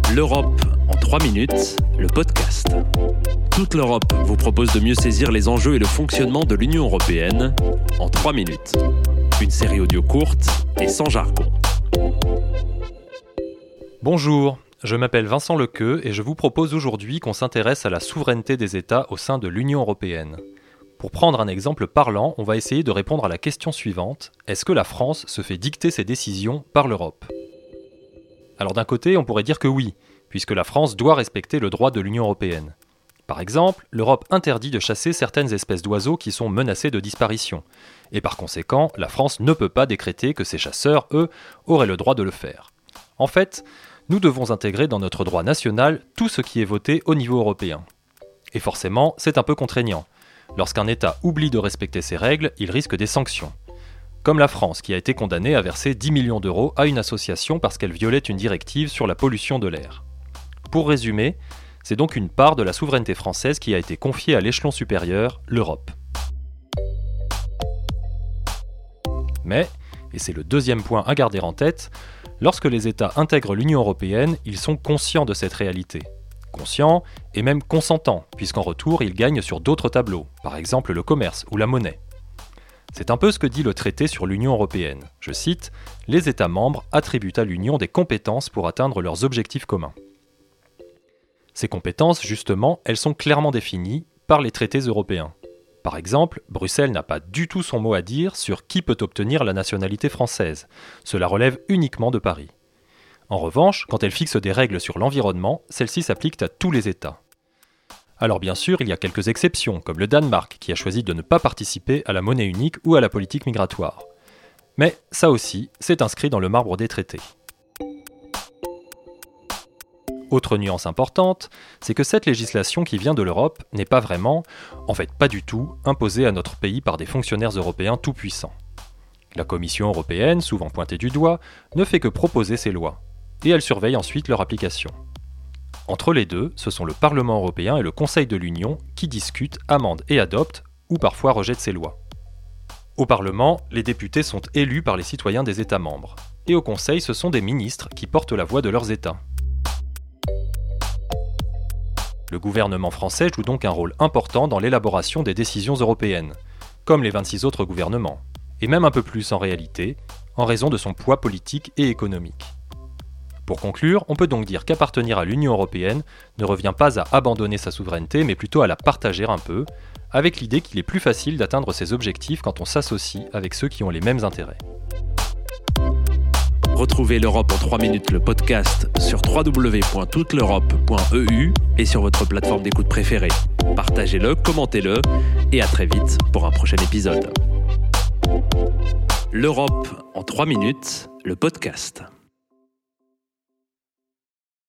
L'Europe en 3 minutes, le podcast. Toute l'Europe vous propose de mieux saisir les enjeux et le fonctionnement de l'Union européenne en 3 minutes. Une série audio courte et sans jargon. Bonjour, je m'appelle Vincent Lequeux et je vous propose aujourd'hui qu'on s'intéresse à la souveraineté des États au sein de l'Union européenne. Pour prendre un exemple parlant, on va essayer de répondre à la question suivante. Est-ce que la France se fait dicter ses décisions par l'Europe ? Alors d'un côté, on pourrait dire que oui, puisque la France doit respecter le droit de l'Union européenne. Par exemple, l'Europe interdit de chasser certaines espèces d'oiseaux qui sont menacées de disparition. Et par conséquent, la France ne peut pas décréter que ces chasseurs, eux, auraient le droit de le faire. En fait, nous devons intégrer dans notre droit national tout ce qui est voté au niveau européen. Et forcément, c'est un peu contraignant. Lorsqu'un État oublie de respecter ces règles, il risque des sanctions. Comme la France qui a été condamnée à verser 10 millions d'euros à une association parce qu'elle violait une directive sur la pollution de l'air. Pour résumer, c'est donc une part de la souveraineté française qui a été confiée à l'échelon supérieur, l'Europe. Mais, et c'est le deuxième point à garder en tête, lorsque les États intègrent l'Union européenne, ils sont conscients de cette réalité. Conscients et même consentants, puisqu'en retour, ils gagnent sur d'autres tableaux, par exemple le commerce ou la monnaie. C'est un peu ce que dit le traité sur l'Union européenne. Je cite, « Les États membres attribuent à l'Union des compétences pour atteindre leurs objectifs communs ». Ces compétences, justement, elles sont clairement définies par les traités européens. Par exemple, Bruxelles n'a pas du tout son mot à dire sur qui peut obtenir la nationalité française. Cela relève uniquement de Paris. En revanche, quand elle fixe des règles sur l'environnement, celles-ci s'appliquent à tous les États. Alors bien sûr, il y a quelques exceptions, comme le Danemark, qui a choisi de ne pas participer à la monnaie unique ou à la politique migratoire. Mais ça aussi, c'est inscrit dans le marbre des traités. Autre nuance importante, c'est que cette législation qui vient de l'Europe n'est pas vraiment, en fait pas du tout, imposée à notre pays par des fonctionnaires européens tout-puissants. La Commission européenne, souvent pointée du doigt, ne fait que proposer ces lois, et elle surveille ensuite leur application. Entre les deux, ce sont le Parlement européen et le Conseil de l'Union qui discutent, amendent et adoptent, ou parfois rejettent ces lois. Au Parlement, les députés sont élus par les citoyens des États membres, et au Conseil, ce sont des ministres qui portent la voix de leurs États. Le gouvernement français joue donc un rôle important dans l'élaboration des décisions européennes, comme les 26 autres gouvernements, et même un peu plus en réalité, en raison de son poids politique et économique. Pour conclure, on peut donc dire qu'appartenir à l'Union européenne ne revient pas à abandonner sa souveraineté, mais plutôt à la partager un peu, avec l'idée qu'il est plus facile d'atteindre ses objectifs quand on s'associe avec ceux qui ont les mêmes intérêts. Retrouvez l'Europe en 3 minutes, le podcast, sur www.touteleurope.eu et sur votre plateforme d'écoute préférée. Partagez-le, commentez-le et à très vite pour un prochain épisode. L'Europe en 3 minutes, le podcast.